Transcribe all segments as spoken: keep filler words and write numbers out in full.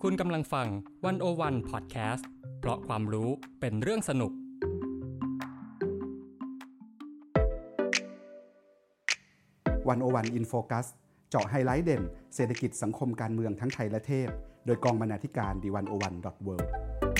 คุณกำลังฟังวันโอวันพอดแคสต์เพราะความรู้เป็นเรื่องสนุกวันโอวันอินโฟคัสเจาะไฮไลท์เด่นเศรษฐกิจสังคมการเมืองทั้งไทยและเทศโดยกองบรรณาธิการ ดี วัน โอ วัน ดอท เวิลด์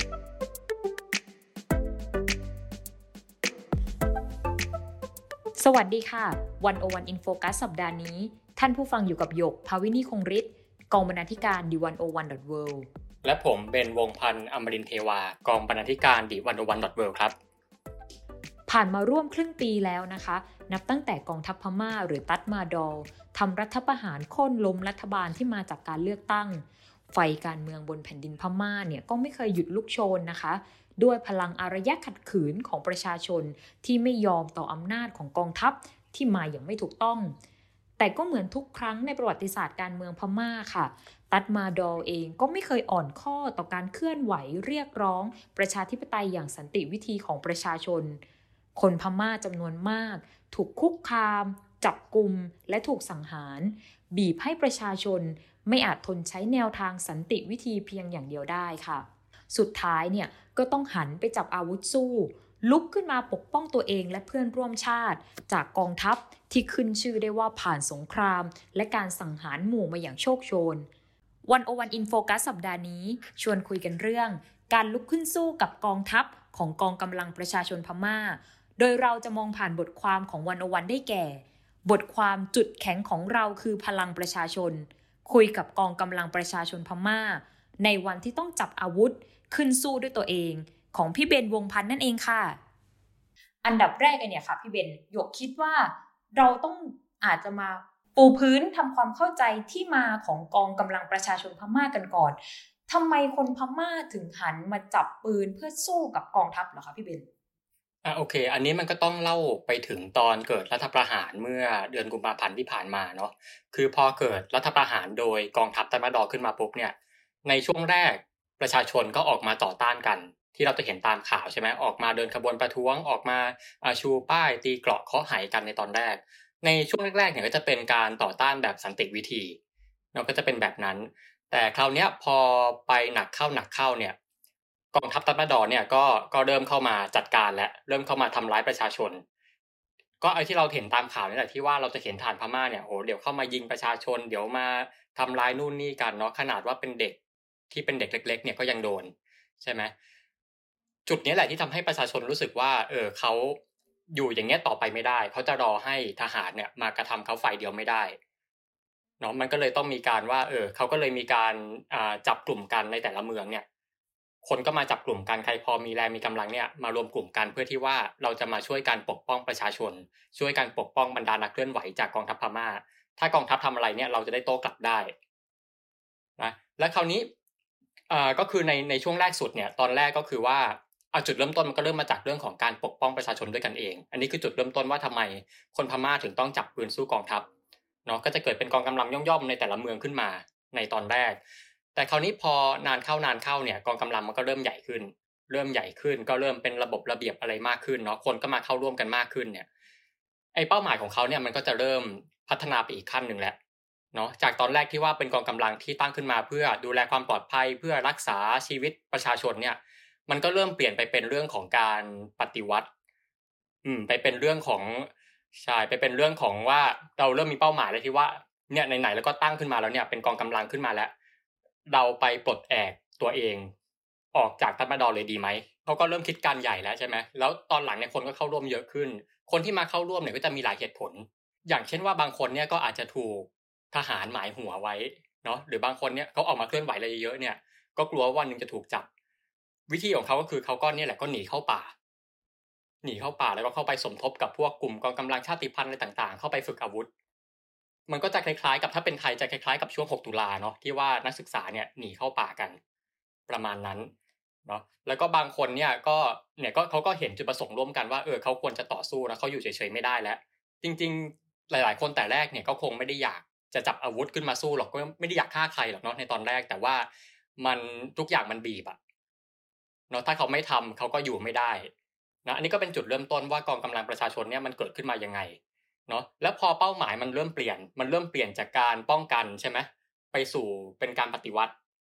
สวัสดีค่ะวันโอวันอินโฟคัสสัปดาห์นี้ท่านผู้ฟังอยู่กับหยกภาวินีคงฤทธิ์กองบรรณาธิการ ดี วัน โอ วัน ดอท เวิลด์และผมเบนวงศ์พันธ์อมรินทร์เทวากองบรรณาธิการ ดี วัน โอ วัน ดอท เวิลด์ ครับผ่านมาร่วมครึ่งปีแล้วนะคะนับตั้งแต่กองทัพพม่าหรือตัดมาดอลทำรัฐประหารโค่นล้มรัฐบาลที่มาจากการเลือกตั้งไฟการเมืองบนแผ่นดินพม่าเนี่ยก็ไม่เคยหยุดลุกโชนนะคะด้วยพลังอารยะขัดขืนของประชาชนที่ไม่ยอมต่ออำนาจของกองทัพที่มาอย่างไม่ถูกต้องแต่ก็เหมือนทุกครั้งในประวัติศาสตร์การเมืองพม่าค่ะตัดมาดอลเองก็ไม่เคยอ่อนข้อต่อการเคลื่อนไหวเรียกร้องประชาธิปไตยอย่างสันติวิธีของประชาชนคนพม่าจำนวนมากถูกคุกคามจับกุมและถูกสังหารบีบให้ประชาชนไม่อาจทนใช้แนวทางสันติวิธีเพียงอย่างเดียวได้ค่ะสุดท้ายเนี่ยก็ต้องหันไปจับอาวุธสู้ลุกขึ้นมาปกป้องตัวเองและเพื่อนร่วมชาติจากกองทัพที่ขึ้นชื่อได้ว่าผ่านสงครามและการสังหารหมู่มาอย่างโชคโชนวันโอวันอินโฟกัสสัปดาห์นี้ชวนคุยกันเรื่องการลุกขึ้นสู้กับกองทัพของกองกำลังประชาชนพม่าโดยเราจะมองผ่านบทความของวันโอวันได้แก่บทความจุดแข็งของเราคือพลังประชาชนคุยกับกองกำลังประชาชนพม่าในวันที่ต้องจับอาวุธขึ้นสู้ด้วยตัวเองของพี่เบนวงพันธ์นั่นเองค่ะอันดับแรกเนี่ยค่ะพี่เบนหยกคิดว่าเราต้องอาจจะมาปูพื้นทำความเข้าใจที่มาของกองกำลังประชาชนพม่ากันก่อนทำไมคนพม่าถึงหันมาจับปืนเพื่อสู้กับกองทัพเหรอคะพี่เบนอ่ะโอเคอันนี้มันก็ต้องเล่าไปถึงตอนเกิดรัฐประหารเมื่อเดือนกุมภาพันธ์ที่ผ่านมาเนาะคือพอเกิดรัฐประหารโดยกองทัพตัดมาดอขึ้นมาปุ๊บเนี่ยในช่วงแรกประชาชนก็ออกมาต่อต้านกันที่เราจะเห็นตามข่าวใช่ไหมออกมาเดินขบวนประท้วงออกมาชูป้ายตีเกราะเคาะไหกันในตอนแรกในช่วงแรกๆเนี่ยก็จะเป็นการต่อต้านแบบสันติวิธีเนาะก็จะเป็นแบบนั้นแต่คราวเนี้ยพอไปหนักเข้าหนักเข้าเนี่ยกองทัพตัดมาดอเนี่ยก็ก็เริ่มเข้ามาจัดการและเริ่มเข้ามาทำร้ายประชาชนก็ไอ้ที่เราเห็นตามข่าวนี่แหละที่ว่าเราจะเห็นฐานพม่าเนี่ยโหเดี๋ยวเข้ามายิงประชาชนเดี๋ยวมาทำร้ายนู่นนี่กันเนาะขนาดว่าเป็นเด็กที่เป็นเด็กเล็กๆเนี่ยก็ยังโดนใช่ไหมจุดนี้แหละที่ทำให้ประชาชนรู้สึกว่าเออเขาอยู่อย่างเงี้ยต่อไปไม่ได้เขาจะรอให้ทหารเนี่ยมากระทำเขาฝ่ายเดียวไม่ได้เนาะมันก็เลยต้องมีการว่าเออเขาก็เลยมีการอ่าจับกลุ่มกันในแต่ละเมืองเนี่ยคนก็มาจับกลุ่มกันใครพอมีแรงมีกำลังเนี่ยมารวมกลุ่มกันเพื่อที่ว่าเราจะมาช่วยกันปกป้องประชาชนช่วยกันปกป้องบรรดานักเคลื่อนไหวจากกองทัพพม่าถ้ากองทัพทำอะไรเนี่ยเราจะได้โต้กลับได้นะและคราวนี้อ่าก็คือในในช่วงแรกสุดเนี่ยตอนแรกก็คือว่าเอาจุดเริ่มต้นมันก็เริ่มมาจากเรื่องของการปกป้องประชาชนด้วยกันเองอันนี้คือจุดเริ่มต้นว่าทำไมคนพม่าถึงต้องจับปืนสู้กองทัพเนาะก็จะเกิดเป็นกองกำลังย่อมๆในแต่ละเมืองขึ้นมาในตอนแรกแต่คราวนี้พอนานเข้านานเข้าเนี่ยกองกำลังมันก็เริ่มใหญ่ขึ้นเริ่มใหญ่ขึ้นก็เริ่มเป็นระบบระเบียบอะไรมากขึ้นเนาะคนก็มาเข้าร่วมกันมากขึ้นเนี่ยไอ้เป้าหมายของเขาเนี่ยมันก็จะเริ่มพัฒนาไปอีกขั้นนึงแล้วเนาะจากตอนแรกที่ว่าเป็นกองกำลังที่ตั้งขึ้นมาเพื่อดูแลความปลอดภัยเพื่อรักษาชีวิตประชาชนเนี่ยมันก็เริ่มเปลี่ยนไปเป็นเรื่องของการปฏิวัติอืมไปเป็นเรื่องของใช่ไปเป็นเรื่องของว่าเราเริ่มมีเป้าหมายเลยที่ว่าเนี่ยไหนๆแล้วก็ตั้งขึ้นมาแล้วเนี่ยเป็นกองกำลังขึ้นมาแล้วเราไปปลดแอกตัวเองออกจากตัดมาดอเลยดีไหมเขาก็เริ่มคิดการใหญ่แล้วใช่ไหมแล้วตอนหลังเนี่ยคนก็เข้าร่วมเยอะขึ้นคนที่มาเข้าร่วมเนี่ยก็จะมีหลายเหตุผลอย่างเช่นว่าบางคนเนี่ยก็อาจจะถูกทหารหมายหัวไว้เนาะหรือบางคนเนี่ยเขาออกมาเคลื่อนไหวอะไรเยอะๆเนี่ยก็กลัวว่าวันนึงจะถูกจับวิธีของเขาก็คือเขาก็เนี่ยแหละก็หนีเข้าป่าหนีเข้าป่าแล้วก็เข้าไปสมทบกับพวกกลุ่มกองกำลังชาติพันธุ์อะไรต่างๆเข้าไปฝึกอาวุธมันก็จะคล้ายๆกับถ้าเป็นไทยจะคล้ายๆกับช่วงหกตุลาเนาะที่ว่านักศึกษาเนี่ยหนีเข้าป่ากันประมาณนั้นเนาะแล้วก็บางคนเนี่ยก็เนี่ยก็เขาก็เห็นจุดประสงค์ร่วมกันว่าเออเขาควรจะต่อสู้นะเขาอยู่เฉยๆไม่ได้แล้วจริงๆหลายๆคนแต่แรกเนี่ยก็คงไม่ได้อยากจะจับอาวุธขึ้นมาสู้หรอกก็ไม่ได้อยากฆ่าใครหรอกเนาะในตอนแรกแต่ว่ามันทุกอย่างมันบีบอะเนาะถ้าเขาไม่ทำเขาก็อยู่ไม่ได้นะอันนี้ก็เป็นจุดเริ่มต้นว่ากองกำลังประชาชนเนี่ยมันเกิดขึ้นมายังไงเนาะแล้วพอเป้าหมายมันเริ่มเปลี่ยนมันเริ่มเปลี่ยนจากการป้องกันใช่ไหมไปสู่เป็นการปฏิวัติ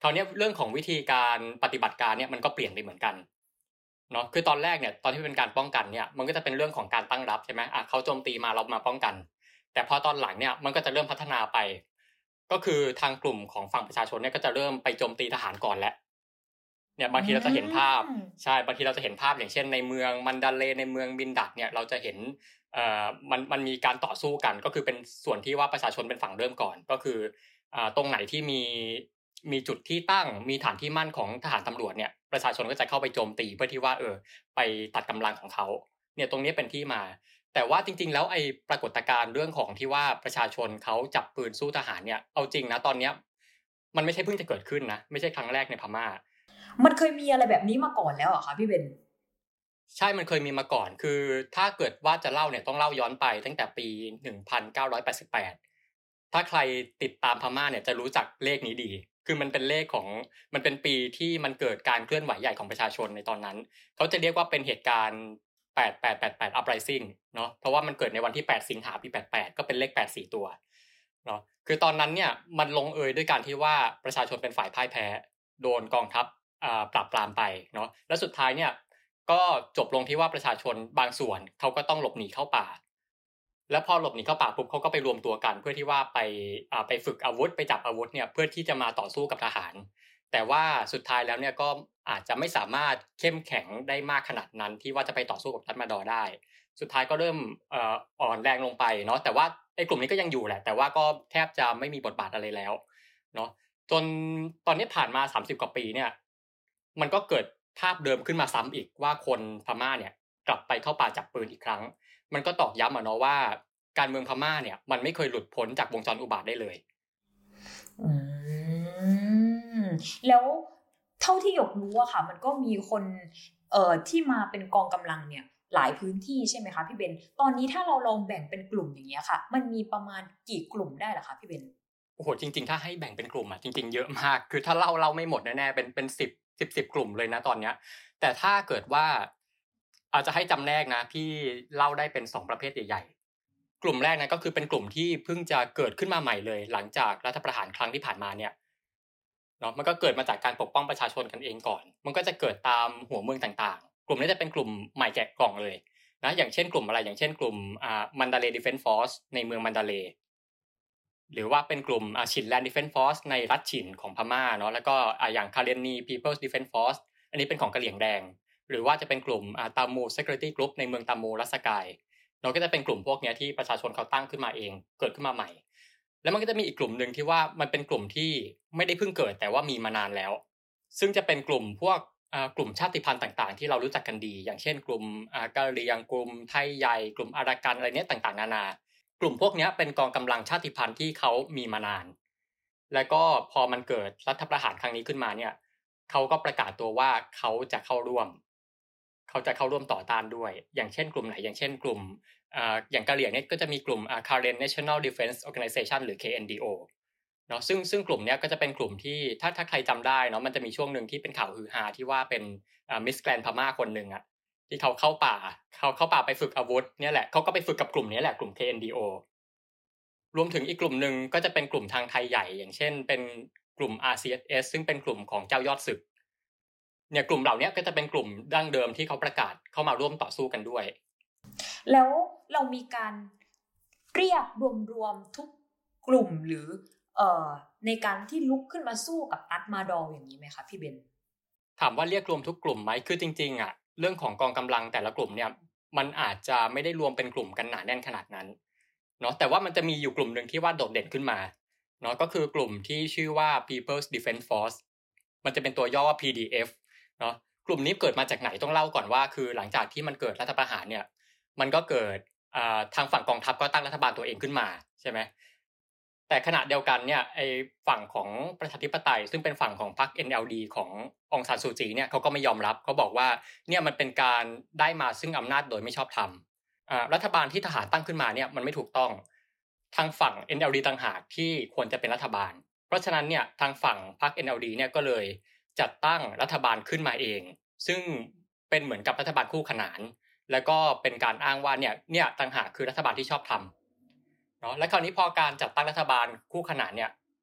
คราวนี้เรื่องของวิธีการปฏิบัติการเนี่ยมันก็เปลี่ยนไปเหมือนกันเนาะคือตอนแรกเนี่ยตอนที่เป็นการป้องกันเนี่ยมันก็จะเป็นเรื่องของการตั้งรับใช่ไหมอ่ะเขาโจมตีมาเรามาป้องกันแต่พอตอนหลังเนี่ยมันก็จะเริ่มพัฒนาไปก็คือทางกลุ่มของฝั่งประชาชนเนี่ยก็จะเริ่มไปโจมตีทหารก่อนแล้วเนี่ยบางทีเราจะเห็นภาพใช่บางทีเราจะเห็นภาพอย่างเช่นในเมืองมันดาเลย์ในเมืองบินดักเนี่ยเราจะเห็นเอ่อมันมันมีการต่อสู้กันก็คือเป็นส่วนที่ว่าประชาชนเป็นฝั่งเริ่มก่อนก็คืออ่าตรงไหนที่มีมีจุดที่ตั้งมีฐานที่มั่นของทหารตำรวจเนี่ยประชาชนก็จะเข้าไปโจมตีเพื่อที่ว่าเออไปตัดกำลังของเขาเนี่ยตรงนี้เป็นที่มาแต่ว่าจริงๆแล้วไอ้ปรากฏการณ์เรื่องของที่ว่าประชาชนเขาจับปืนสู้ทหารเนี่ยเอาจริงนะตอนเนี้ยมันไม่ใช่เพิ่งจะเกิดขึ้นนะไม่ใช่ครั้งแรกในพม่ามันเคยมีอะไรแบบนี้มาก่อนแล้วเหรอคะพี่เบนใช่มันเคยมีมาก่อนคือถ้าเกิดว่าจะเล่าเนี่ยต้องเล่าย้อนไปตั้งแต่ปีหนึ่งพันเก้าร้อยแปดสิบแปดถ้าใครติดตามพม่าเนี่ยจะรู้จักเลขนี้ดีคือมันเป็นเลขของมันเป็นปีที่มันเกิดการเคลื่อนไหวใหญ่ของประชาชนในตอนนั้นเขาจะเรียกว่าเป็นเหตุการณ์แปด แปด แปด แปด uprising เนาะเพราะว่ามันเกิดในวันที่แปดสิงหาปีแปดสิบแปดก็เป็นเลขแปดสี่ตัวเนาะคือตอนนั้นเนี่ยมันลงเอยด้วยการที่ว่าประชาชนเป็นฝ่ายพ่ายแพ้โดนกองทัพอ่าปราบปรามไปเนาะแล้วสุดท้ายเนี่ยก็จบลงที่ว่าประชาชนบางส่วนเขาก็ต้องหลบหนีเข้าป่าแล้วพอหลบหนีเข้าป่าปุ๊บเขาก็ไปรวมตัวกันเพื่อที่ว่าไปอ่าไปฝึกอาวุธไปจับอาวุธเนี่ยเพื่อที่จะมาต่อสู้กับทหารแต่ว่าสุดท้ายแล้วเนี่ยก็อาจจะไม่สามารถเข้มแข็งได้มากขนาดนั้นที่ว่าจะไปต่อสู้กับทัตมาดอร์ได้สุดท้ายก็เริ่มเอ่ออ่อนแรงลงไปเนาะแต่ว่าไอ้กลุ่มนี้ก็ยังอยู่แหละแต่ว่าก็แทบจะไม่มีบทบาทอะไรแล้วเนาะจนตอนนี้ผ่านมาสามสิบกว่าปีเนี่ยมันก็เกิดภาพเดิมขึ้นมาซ้ำอีกว่าคนพม่าเนี่ยกลับไปเข้าป่าจับปืนอีกครั้งมันก็ตอกย้ำอ่ะเนาะว่าการเมืองพม่าเนี่ยมันไม่เคยหลุดพ้นจากวงจรอุบาทได้เลยอืมแล้วเท่าที่หยกรู้อะค่ะมันก็มีคนเอ่อที่มาเป็นกองกำลังเนี่ยหลายพื้นที่ใช่ไหมคะพี่เบนตอนนี้ถ้าเราลองแบ่งเป็นกลุ่มอย่างเงี้ยค่ะมันมีประมาณกี่กลุ่มได้ล่ะคะพี่เบนโอ้โหจริงๆถ้าให้แบ่งเป็นกลุ่มอ่ะจริงๆเยอะมากคือถ้าเล่าเล่าไม่หมดแน่ๆเป็นเป็นสิบ สิบ สิบกลุ่มเลยนะตอนเนี้ยแต่ถ้าเกิดว่าอาจจะให้จำแนกนะพี่เล่าได้เป็นสองประเภทใหญ่ๆกลุ่มแรกนะก็คือเป็นกลุ่มที่เพิ่งจะเกิดขึ้นมาใหม่เลยหลังจากรัฐประหารครั้งที่ผ่านมาเนี่ยเนาะมันก็เกิดมาจากการปกป้องประชาชนกันเองก่อนมันก็จะเกิดตามหัวเมืองต่างๆกลุ่มนี้จะเป็นกลุ่มใหม่แกะกล่องเลยนะอย่างเช่นกลุ่มอะไรอย่างเช่นกลุ่มอ่ามันดาเลย์ดิเฟนซ์ฟอร์สในเมืองมันดาเลย์หรือว่าเป็นกลุ่มชินแลนด์ดิเฟนซ์ฟอร์สในรัฐฉินของพม่าเนาะแล้วก็อย่างคาเรนี People's Defense Force อันนี้เป็นของกะเหรี่ยงแดงหรือว่าจะเป็นกลุ่มตามู Security Group ในเมืองตามูรัสกายเนาะก็จะเป็นกลุ่มพวกนี้ที่ประชาชนเขาตั้งขึ้นมาเองเกิดขึ้นมาใหม่แล้วมันก็จะมีอีกกลุ่มนึงที่ว่ามันเป็นกลุ่มที่ไม่ได้เพิ่งเกิดแต่ว่ามีมานานแล้วซึ่งจะเป็นกลุ่มพวกกลุ่มชาติพันธุ์ต่างๆที่เรารู้จักกันดีอย่างเช่นกลุ่มกะเหรี่ยงกลุ่มไทยใหญ่กลุ่มอารากันอะไรเนี้ยต่างๆนานากลุ่มพวกนี้เป็นกองกำลังชาติพันธุ์ที่เขามีมานานแล้วก็พอมันเกิดรัฐประหารครั้งนี้ขึ้นมาเนี่ยเขาก็ประกาศตัวว่าเขาจะเข้าร่วมเขาจะเข้าร่วมต่อต้านด้วยอย่างเช่นกลุ่มไหนอย่างเช่นกลุ่มอ่าอย่างกะเหรี่ยงเนี่ยก็จะมีกลุ่มอ่า Karen National Defense Organization หรือ เค เอ็น ดี โอ เนาะซึ่งซึ่งกลุ่มนี้ก็จะเป็นกลุ่มที่ถ้าถ้าใครจำได้เนาะมันจะมีช่วงนึงที่เป็นข่าวฮือฮาที่ว่าเป็นอ่ามิสแกรนด์พม่าคนนึงอ่ะที่เขาเข้าป่าเขาเข้าป่าไปฝึกอาวุธเนี่ยแหละเขาก็ไปฝึกกับกลุ่มนี้แหละกลุ่ม เค เอ็น ดี โอรวมถึงอีกกลุ่มหนึ่งก็จะเป็นกลุ่มทางไทยใหญ่อย่างเช่นเป็นกลุ่ม อาร์ ซี เอส เอส ซึ่งเป็นกลุ่มของเจ้ายอดศึกเนี่ยกลุ่มเหล่านี้ก็จะเป็นกลุ่มดั้งเดิมที่เขาประกาศเข้ามาร่วมต่อสู้กันด้วยแล้วเรามีการเรียกรวมๆทุกกลุ่มหรือเอ่อในการที่ลุกขึ้นมาสู้กับตัดมาดอร์อย่างนี้ไหมคะพี่เบนถามว่าเรียกรวมทุกกลุ่มไหมคือจริงๆอ่ะเรื่องของกองกำลังแต่ละกลุ่มเนี่ยมันอาจจะไม่ได้รวมเป็นกลุ่มกันหนาแน่นขนาดนั้นเนาะแต่ว่ามันจะมีอยู่กลุ่มนึงที่ว่าโดดเด่นขึ้นมาเนาะก็คือกลุ่มที่ชื่อว่า People's Defense Force มันจะเป็นตัวย่อว่า พี ดี เอฟ เนาะกลุ่มนี้เกิดมาจากไหนต้องเล่าก่อนว่าคือหลังจากที่มันเกิดรัฐประหารเนี่ยมันก็เกิดอ่าทางฝั่งกองทัพก็ตั้งรัฐบาลตัวเองขึ้นมาใช่ไหมแต่ขณะเดียวกันเนี่ยไอ้ฝั่งของประชาธิปไตยซึ่งเป็นฝั่งของพรรค เอ็น แอล ดี ขององซานซูจีเนี่ยเขาก็ไม่ยอมรับเขาบอกว่าเนี่ยมันเป็นการได้มาซึ่งอำนาจโดยไม่ชอบธรรมอ่ารัฐบาลที่ทหารตั้งขึ้นมาเนี่ยมันไม่ถูกต้องทางฝั่ง เอ็น แอล ดี ต่างหากที่ควรจะเป็นรัฐบาลเพราะฉะนั้นเนี่ยทางฝั่งพรรค เอ็น แอล ดี เนี่ยก็เลยจัดตั้งรัฐบาลขึ้นมาเองซึ่งเป็นเหมือนกับรัฐบาลคู่ขนานแล้วก็เป็นการอ้างว่าเนี่ยเนี่ยต่างหากคือรัฐบาลที่ชอบธรรมเนาะและคราวนี้พอการจัดตั้งรัฐบาลคู่ขนานเนี่ย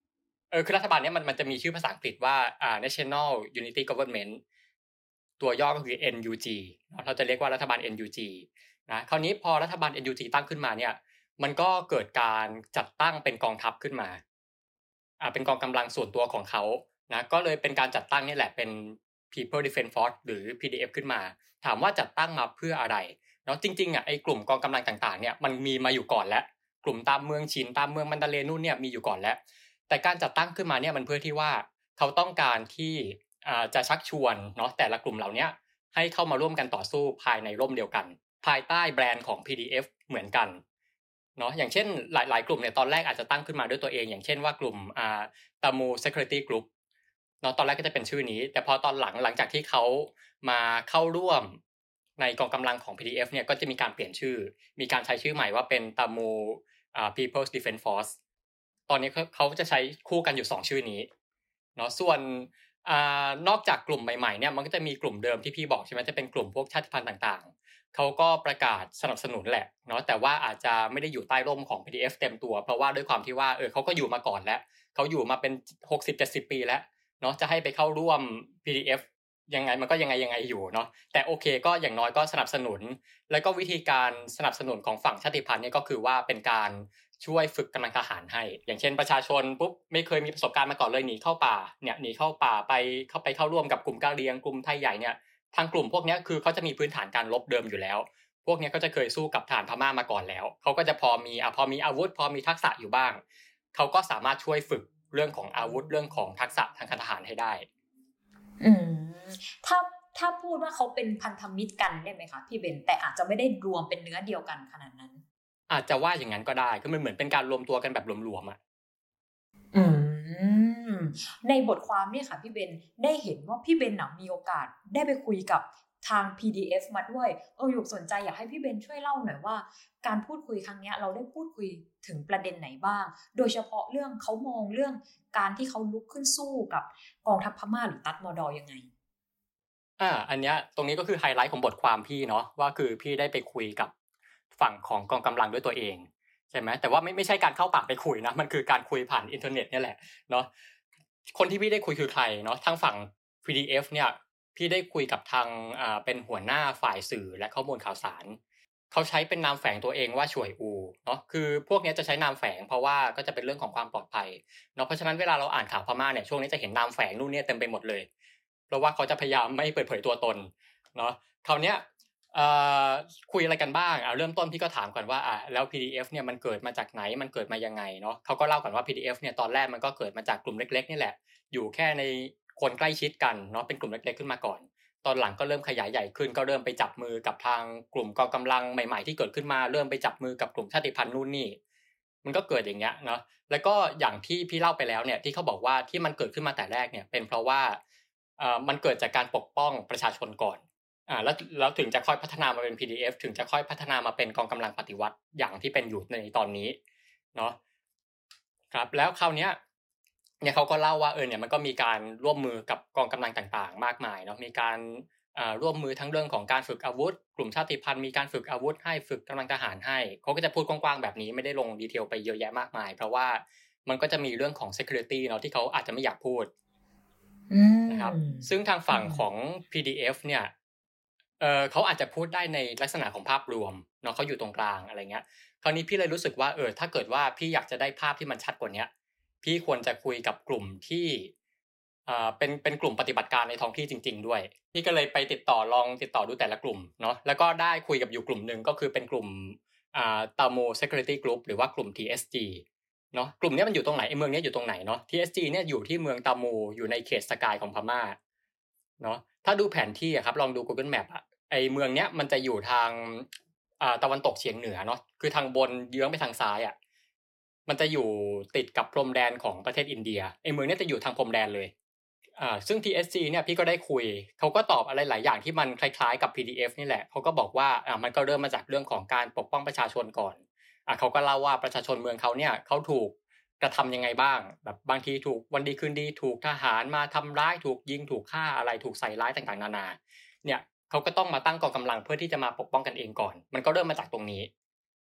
เออคือรัฐบาลเนี้ยมันมันจะมีชื่อภาษาอังกฤษว่าอ่า National Unity Government ตัวย่อก็คือ เอ็น ยู จี เราจะเรียกว่ารัฐบาล เอ็น ยู จี นะคราวนี้พอรัฐบาล เอ็น ยู จี ตั้งขึ้นมาเนี่ยมันก็เกิดการจัดตั้งเป็นกองทัพขึ้นมาอ่าเป็นกองกำลังส่วนตัวของเขานะก็เลยเป็นการจัดตั้งนี่แหละเป็น People Defense Force หรือ พี ดี เอฟ ขึ้นมาถามว่าจัดตั้งมาเพื่ออะไรเนาะจริงๆอ่ะไอ้กลุ่มกองกำลังต่างๆเนี่ยมันมีมาอยู่ก่อนแล้วกลุ่มตามเมืองชินตามเมืองมันดาเลย์นู่นเนี่ยมีอยู่ก่อนแล้วแต่การจัดตั้งขึ้นมาเนี่ยมันเพื่อที่ว่าเขาต้องการที่อ่าจะชักชวนเนาะแต่ละกลุ่มเหล่านี้ให้เข้ามาร่วมกันต่อสู้ภายในร่มเดียวกันภายใต้แบรนด์ของ พี ดี เอฟ เหมือนกันเนาะอย่างเช่นหลายๆกลุ่มเนี่ยตอนแรกอาจจะตั้งขึ้นมาด้วยตัวเองอย่างเช่นว่ากลุ่มอ่า Tamil Security Group เนาะตอนแรกก็จะเป็นชื่อนี้แต่พอตอนหลังหลังจากที่เขามาเข้าร่วมในกองกำลังของ พี ดี เอฟ เนี่ยก็จะมีการเปลี่ยนชื่อมีการใช้ชื่อใหม่ว่าเป็น Tamil อ่า People's Defense Force ตอนนี้เขาจะใช้คู่กันอยู่สองชื่อนี้เนาะส่วนอ่านอกจากกลุ่มใหม่ๆเนี่ยมันก็จะมีกลุ่มเดิมที่พี่บอกใช่ไหมจะเป็นกลุ่มพวกชาติพันธุ์ต่างๆเขาก็ประกาศสนับสนุนแหละเนาะแต่ว่าอาจจะไม่ได้อยู่ใต้ร่มของ พี ดี เอฟ เต็มตัวเพราะว่าด้วยความที่ว่าเออเขาก็อยู่มาก่อนแล้วเขาอยู่มาเป็น หกสิบเจ็ดสิบ ปีแล้วเนาะจะให้ไปเข้าร่วม พี ดี เอฟ ยังไงมันก็ยังไงยังไงอยู่เนาะแต่โอเคก็อย่างน้อยก็สนับสนุนแล้วก็วิธีการสนับสนุนของฝั่งชาติพันธุ์เนี่ยก็คือว่าเป็นการช่วยฝึกกำลังทหารให้อย่างเช่นประชาชนปุ๊บไม่เคยมีประสบการณ์มาก่อนเลยหนีเข้าป่าเนี่ยหนีเข้าป่าไปเข้าไปเข้าร่วมกับกลุ่มกะเหรี่ยงกลุ่มไทยใหญ่เนี่ยทางกลุ่มพวกนี้คือเขาจะมีพื้นฐานการรบเดิมอยู่แล้วพวกนี้ก็จะเคยสู้กับทหารพม่ามาก่อนแล้วเขาก็จะพอมีอ่ะพอมีอาวุธพอมีทักษะอยู่บ้างเขาก็สามารถช่วยฝึกเรื่องของอาวุธเรื่องของทักษะทางการทหารให้ได้อืมถ้าถ้าพูดว่าเขาเป็นพันธมิตรกันได้ไหมคะพี่เบนแต่อาจจะไม่ได้รวมเป็นเนื้อเดียวกันขนาดนั้นอาจจะว่าอย่างนั้นก็ได้คือมันเหมือนเป็นการรวมตัวกันแบบหลวมๆอ่ะอืมในบทความเนี่ยค่ะพี่เบนได้เห็นว่าพี่เบนน่ะมีโอกาสได้ไปคุยกับทาง พี ดี เอฟ มาด้วยเอออยู่สนใจอยากให้พี่เบนช่วยเล่าหน่อยว่าการพูดคุยครั้งนี้เราได้พูดคุยถึงประเด็นไหนบ้างโดยเฉพาะเรื่องเขามองเรื่องการที่เขาลุกขึ้นสู้กับกองทัพพม่าหรือตัดมอดอยังไงอ่าอันเนี้ยตรงนี้ก็คือไฮไลท์ของบทความพี่เนาะว่าคือพี่ได้ไปคุยกับฝั่งของกองกำลังด้วยตัวเองใช่ไหมแต่ว่าไม่ไม่ใช่การเข้าปากไปคุยนะมันคือการคุยผ่านอินเทอร์เน็ตนี่แหละเนาะคนที่พี่ได้คุยคือใครเนาะทางฝั่ง พี ดี เอฟ เนี่ยพี่ได้คุยกับทางอ่าเป็นหัวหน้าฝ่ายสื่อและข้อมูลข่าวสารเขาใช้เป็นนามแฝงตัวเองว่าช่วยอูเนาะคือพวกนี้จะใช้นามแฝงเพราะว่าก็จะเป็นเรื่องของความปลอดภัยเนาะเพราะฉะนั้นเวลาเราอ่านข่าวพม่าเนี่ยช่วงนี้จะเห็นนามแฝงนู่นเนี่ยเต็มไปหมดเลยเพราะว่าเขาจะพยายามไม่เปิดเผยตัวตนเนาะคราวเนี้ยเอ่อคุยอะไรกันบ้างอ่ะเริ่มต้นพี่ก็ถามก่อนว่าอ่ะแล้ว พี ดี เอฟ เนี่ยมันเกิดมาจากไหนมันเกิดมายังไงเนาะเขาก็เล่าก่อนว่า พี ดี เอฟ เนี่ยตอนแรกมันก็เกิดมาจากกลุ่มเล็กๆนี่แหละอยู่แค่ในคนใกล้ชิดกันเนาะเป็นกลุ่มเล็กๆขึ้นมาก่อนตอนหลังก็เริ่มขยายใหญ่ขึ้นก็เริ่มไปจับมือกับทางกลุ่มกองกำลังใหม่ๆที่เกิดขึ้นมาเริ่มไปจับมือกับกลุ่มชาติพันธุ์นู่นนี่มันก็เกิดอย่างเงี้ยเนาะแล้วก็อย่างที่พี่เล่าไปแล้วเนี่ยที่เขาบอกว่าที่มันเกิดขึ้นมาแต่แรกเนี่ยเป็นเพราะว่าเอ่อมันเกิดจากการปกป้องประชาชนก่อนอ่าแล้วแล้วถึงจะค่อยพัฒนามาเป็น พี ดี เอฟ ถึงจะค่อยพัฒนามาเป็นกองกำลังปฏิวัติอย่างที่เป็นอยู่ในตอนนี้เนาะครับแล้วคราวเนี้ยเนี่ยเขาก็เล่าว่าเออเนี่ยมันก็มีการร่วมมือกับกองกำลังต่างๆมากมายเนาะมีการอ่าร่วมมือทั้งเรื่องของการฝึกอาวุธกลุ่มชาติพันธุ์มีการฝึกอาวุธให้ฝึกกำลังทหารให้เขาก็จะพูดกว้างๆแบบนี้ไม่ได้ลงดีเทลไปเยอะแยะมากมายเพราะว่ามันก็จะมีเรื่องของ security เนาะที่เขาอาจจะไม่อยากพูดนะครับซึ่งทางฝั่งของ พี ดี เอฟ เนี่ยเออเขาอาจจะพูดได้ในลักษณะของภาพรวมเนาะเขาอยู่ตรงกลางอะไรเงี้ยคราวนี้พี่เลยรู้สึกว่าเออถ้าเกิดว่าพี่อยากจะได้ภาพที่มันชัดกว่านี้พี่ควรจะคุยกับกลุ่มที่อ่าเป็นเป็นกลุ่มปฏิบัติการในท้องที่จริงๆด้วยพี่ก็เลยไปติดต่อลองติดต่อดูแต่ละกลุ่มเนาะแล้วก็ได้คุยกับอยู่กลุ่มนึงก็คือเป็นกลุ่มอ่า Tamil Security Group หรือว่ากลุ่ม ที เอส จี เนาะกลุ่มนี้มันอยู่ตรงไหนไอ้เมืองนี้อยู่ตรงไหนเนาะ ที เอส จี เนี่ยอยู่ที่เมืองตามูอยู่ในเขตสกายของพม่าเนาะถ้าดูแผนที่อ่ะครับลองดู Google Map อ่ะไอ้เมืองเนี้ยมันจะอยู่ทางอ่าตะวันตกเฉียงเหนือเนาะคือทางบนเยื้องไปทางซ้ายอ่ะมันจะอยู่ติดกับพรมแดนของประเทศอินเดียไอ้เมืองนี้จะอยู่ทางพรมแดนเลยอ่าซึ่ง ที เอส จี เนี่ยพี่ก็ได้คุยเขาก็ตอบอะไรหลายอย่างที่มันคล้ายๆกับ พี ดี เอฟ นี่แหละเขาก็บอกว่าอ่ามันก็เริ่มมาจากเรื่องของการปกป้องประชาชนก่อนอ่ะเขาก็เล่าว่าประชาชนเมืองเขาเนี่ยเขาถูกกระทำยังไงบ้างแบบบางทีถูกวันดีคืนดีถูกทหารมาทำร้ายถูกยิงถูกฆ่าอะไรถูกใส่ร้ายต่างๆนานาเนี่ยเขาก็ต้องมาตั้งกองกำลังเพื่อที่จะมาปกป้องกันเองก่อนมันก็เริ่มมาจากตรงนี้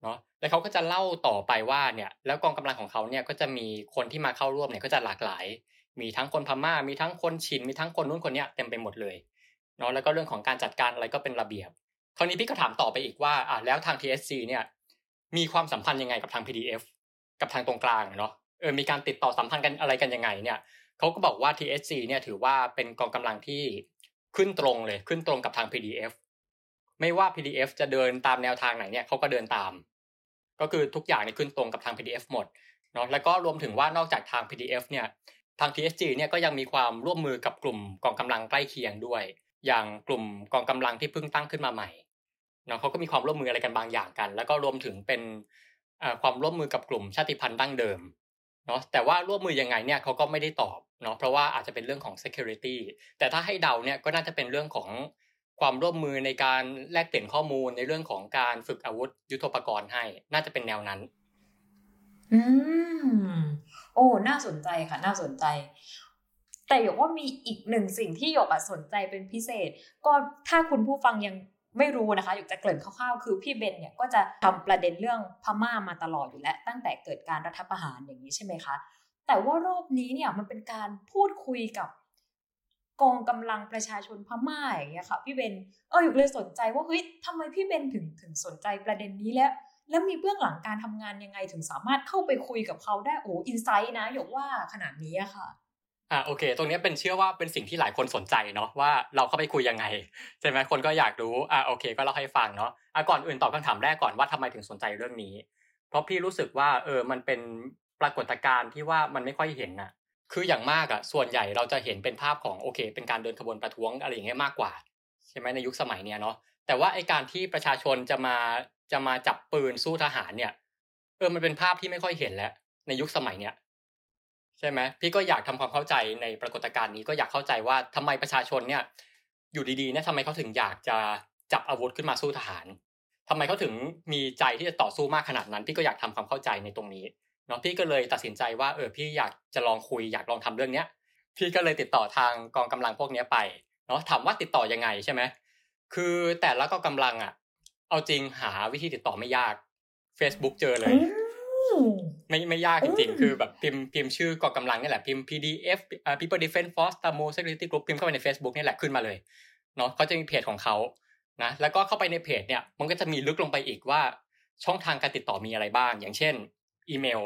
เนาะแล้วเขาก็จะเล่าต่อไปว่าเนี่ยแล้วกองกำลังของเขาเนี่ยก็จะมีคนที่มาเข้าร่วมเนี่ยก็จะหลากหลายมีทั้งคนพม่ามีทั้งคนชินมีทั้งคนนู้นคนเนี้ยเต็มไปหมดเลยเนาะแล้วก็เรื่องของการจัดการอะไรก็เป็นระเบียบคราวนี้พี่ก็ถามต่อไปอีกว่าอ่ะแล้วทาง ที เอส ซี เนี่ยมีความสัมพันธ์ยังไงกับทาง พี ดี เอฟ กับทางตรงกลางเนาะเออมีการติดต่อสัมพันธ์กันอะไรกันยังไงเนี่ยเขาก็บอกว่า ที เอส ซี เนี่ยถือว่าเป็นกองกำลังที่ขึ้นตรงเลยขึ้นตรงกับทาง พี ดี เอฟ ไม่ว่า พี ดี เอฟ จะเดินตามแนวทางไหนเนี่ยเขาก็เดินตามก็คือทุกอย่างเนี่ยขึ้นตรงกับทาง พี ดี เอฟ หมดเนาะแล้วก็รวมถึงว่านอกจากทาง พี ดี เอฟ เนี่ยทาง ที เอส จี เนี่ยก็ยังมีความร่วมมือกับกลุ่มกองกำลังใกล้เคียงด้วยอย่างกลุ่มกองกำลังที่เพิ่งตั้งขึ้นมาใหม่เนาะเขาก็มีความร่วมมืออะไรกันบางอย่างกันแล้วก็รวมถึงเป็นความร่วมมือกับกลุ่มชาติพันธุ์ดั้งเดิมเนาะแต่ว่าร่วมมือยังไงเนี่ยเขาก็ไม่ได้ตอบเนาะเพราะว่าอาจจะเป็นเรื่องของ security แต่ถ้าให้เดาเนี่ยก็น่าจะเป็นเรื่องของความร่วมมือในการแลกเปลี่ยนข้อมูลในเรื่องของการฝึกอาวุธยุทโธปกรณ์ให้น่าจะเป็นแนวนั้นอืมโอ้น่าสนใจค่ะน่าสนใจแต่หยกว่ามีอีกหนึ่งสิ่งที่หยกสนใจเป็นพิเศษก็ถ้าคุณผู้ฟังยังไม่รู้นะคะหยกจะเกริ่นคร่าวๆคือพี่เบนเนี่ยก็จะทำประเด็นเรื่องพม่ามาตลอดอยู่แล้วตั้งแต่เกิดการรัฐประหารอย่างนี้ใช่ไหมคะแต่ว่ารอบนี้เนี่ยมันเป็นการพูดคุยกับกองกำลังประชาชนพม่าอย่างเงี้ยค่ะพี่เบนเออหยกเลยสนใจว่าเฮ้ยทำไมพี่เบนถึงถึงสนใจประเด็นนี้แล้วแล้วมีเบื้องหลังการทำงานยังไงถึงสามารถเข้าไปคุยกับเขาได้โอ้อินไซต์นะหยกว่าขนาดนี้อะค่ะอ่าโอเคตรงนี้เป็นเชื่อว่าเป็นสิ่งที่หลายคนสนใจเนาะว่าเราเข้าไปคุยยังไงใช่ไหมคนก็อยากรู้อ่าโอเคก็เล่าให้ฟังเนาะอ่ะก่อนอื่นตอบคำถามแรกก่อนว่าทำไมถึงสนใจเรื่องนี้เพราะพี่รู้สึกว่าเออมันเป็นปรากฏการณ์ที่ว่ามันไม่ค่อยเห็นน่ะคืออย่างมากอ่ะส่วนใหญ่เราจะเห็นเป็นภาพของโอเคเป็นการเดินขบวนประท้วงอะไรอย่างเงี้ยมากกว่าใช่ไหมในยุคสมัยเนี้ยเนาะแต่ว่าไอ้การที่ประชาชนจะมาจะมาจับปืนสู้ทหารเนี่ยเออมันเป็นภาพที่ไม่ค่อยเห็นแล้วในยุคสมัยเนี้ยใช่ไหมพี่ก็อยากทำความเข้าใจในปรากฏการณ์นี้ก็อยากเข้าใจว่าทำไมประชาชนเนี่ยอยู่ดีๆเนี่ยทำไมเขาถึงอยากจะจับอาวุธขึ้นมาสู้ทหารทำไมเขาถึงมีใจที่จะต่อสู้มากขนาดนั้นพี่ก็อยากทำความเข้าใจในตรงนี้เนาะพี่ก็เลยตัดสินใจว่าเออพี่อยากจะลองคุยอยากลองทำเรื่องเนี้ยพี่ก็เลยติดต่อทางกองกำลังพวกนี้ไปเนาะถามว่าติดต่อยังไงใช่ไหมคือแต่ละกองกำลังอ่ะเอาจริงหาวิธีติดต่อไม่ยาก Facebook เจอเลยไม่ไม่ยากจริงๆคือแบบพิมพ์พิมพ์ชื่อกองกำลังนี่แหละพิมพ์ พี ดี เอฟ อ่า People Defense Force Tamil Security Group พิมพ์เข้าไปใน Facebook นี่แหละขึ้นมาเลยเนาะเขาจะมีเพจของเขานะแล้วก็เข้าไปในเพจเนี่ยมันก็จะมีลึกลงไปอีกว่าช่องทางการติดต่อมีอะไรบ้างอย่างเช่นอีเมล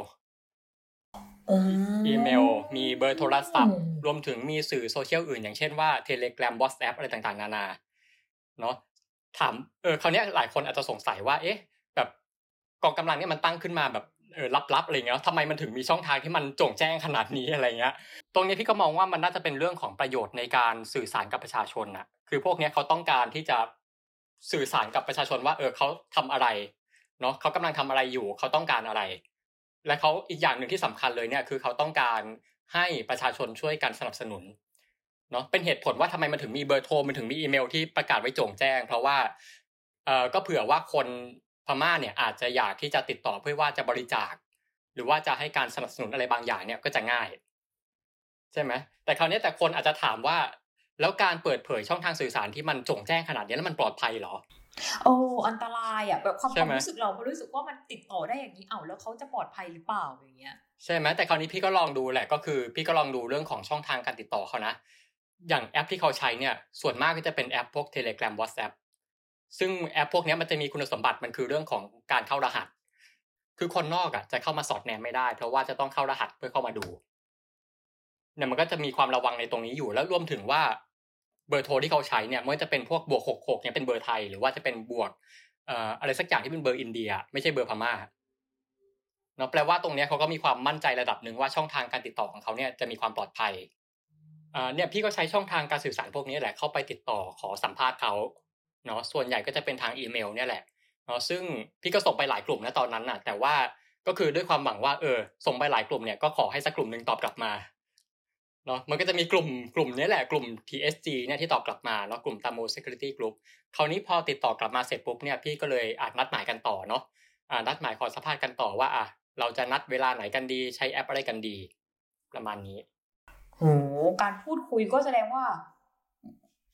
อีเมลมีเบอร์โทรศัพท์รวมถึงมีสื่อโซเชียลอื่นอย่างเช่นว่า Telegram WhatsApp อะไรต่างๆนานาเนาะถามเออคราวนี้หลายคนอาจจะสงสัยว่าเอ๊ะแบบกองกำลังเนี่ยมันตั้งขึ้นมาแบบเออลับๆอะไรเงี้ยทำไมมันถึงมีช่องทางที่มันโจ่งแจ้งขนาดนี้อะไรเงี้ยตรงนี้พี่ก็มองว่ามันน่าจะเป็นเรื่องของประโยชน์ในการสื่อสารกับประชาชนนะคือพวกนี้เขาต้องการที่จะสื่อสารกับประชาชนว่าเออเขาทำอะไรเนาะเขากำลังทำอะไรอยู่เขาต้องการอะไรและเขาอีกอย่างหนึ่งที่สำคัญเลยเนี่ยคือเขาต้องการให้ประชาชนช่วยกันสนับสนุนเนาะเป็นเหตุผลว่าทำไมมันถึงมีเบอร์โทรมันถึงมีอีเมลที่ประกาศไว้โจ่งแจ้งเพราะว่าเอ่อก็เผื่อว่าคนพม่าเนี่ยอาจจะอยากที่จะติดต่อเพื่อว่าจะบริจาคหรือว่าจะให้การสนับสนุนอะไรบางอย่างเนี่ยก็จะง่ายใช่ไหมแต่คราวนี้แต่คนอาจจะถามว่าแล้วการเปิดเผยช่องทางสื่อสารที่มันโจ่งแจ้งขนาดนี้แล้วมันปลอดภัยเหรอโอ้อันตรายอ่ะแบบความความรู้สึกเราพอรู้สึกว่ามันติดต่อได้อย่างนี้เอ้าแล้วเขาจะปลอดภัยหรือเปล่าอย่างเงี้ยใช่ไหมแต่คราวนี้พี่ก็ลองดูแหละก็คือพี่ก็ลองดูเรื่องของช่องทางการติดต่อเขานะอย่างแอปที่เขาใช้เนี่ยส่วนมากก็จะเป็นแอปพวก Telegram WhatsApp ซึ่งแอปพวกนี้มันจะมีคุณสมบัติมันคือเรื่องของการเข้ารหัสคือคนนอกอ่ะจะเข้ามาสอดแนมไม่ได้เพราะว่าจะต้องเข้ารหัสเพื่อเข้ามาดูเนี่ยมันก็จะมีความระวังในตรงนี้อยู่แล้วรวมถึงว่าเบอร์โทรที่เขาใช้เนี่ยมันจะเป็นพวกบวกหกสิบหกเนี่ยเป็นเบอร์ไทยหรือว่าจะเป็นบวกเอ่ออะไรสักอย่างที่เป็นเบอร์อินเดียไม่ใช่เบอร์พม่าเนาะแปลว่าตรงนี้เขาก็มีความมั่นใจระดับหนึ่งว่าช่องทางการติดต่อของเขาเนี่ยจะมีความปลอดภัยอ่าเนี่ยพี่ก็ใช้ช่องทางการสื่อสารพวกนี้แหละเข้าไปติดต่อขอสัมภาษณ์เขาเนาะส่วนใหญ่ก็จะเป็นทางอีเมลเนี่ยแหละเนาะซึ่งพี่ก็ส่งไปหลายกลุ่มนะตอนนั้นน่ะแต่ว่าก็คือด้วยความหวังว่าเออส่งไปหลายกลุ่มเนี่ยก็ขอให้สักกลุ่มนึงตอบกลับมาเนาะมันก็จะมีกลุ่มกลุ่มนี้แหละกลุ่ม ที เอส จี เนี่ยที่ตอบกลับมาเนาะกลุ่ม Tamil Security Group คราวนี้พอติดต่อกลับมาเสร็จปุ๊บเนี่ยพี่ก็เลยอาจนัดหมายกันต่อเนาะอ่านัดหมายขอสัมภาษณ์กันต่อว่าอ่ะเราจะนัดเวลาไหนกันดีใช้แอปอะไรกันดีประมาณนี้โหการพูดคุยก็แสดงว่า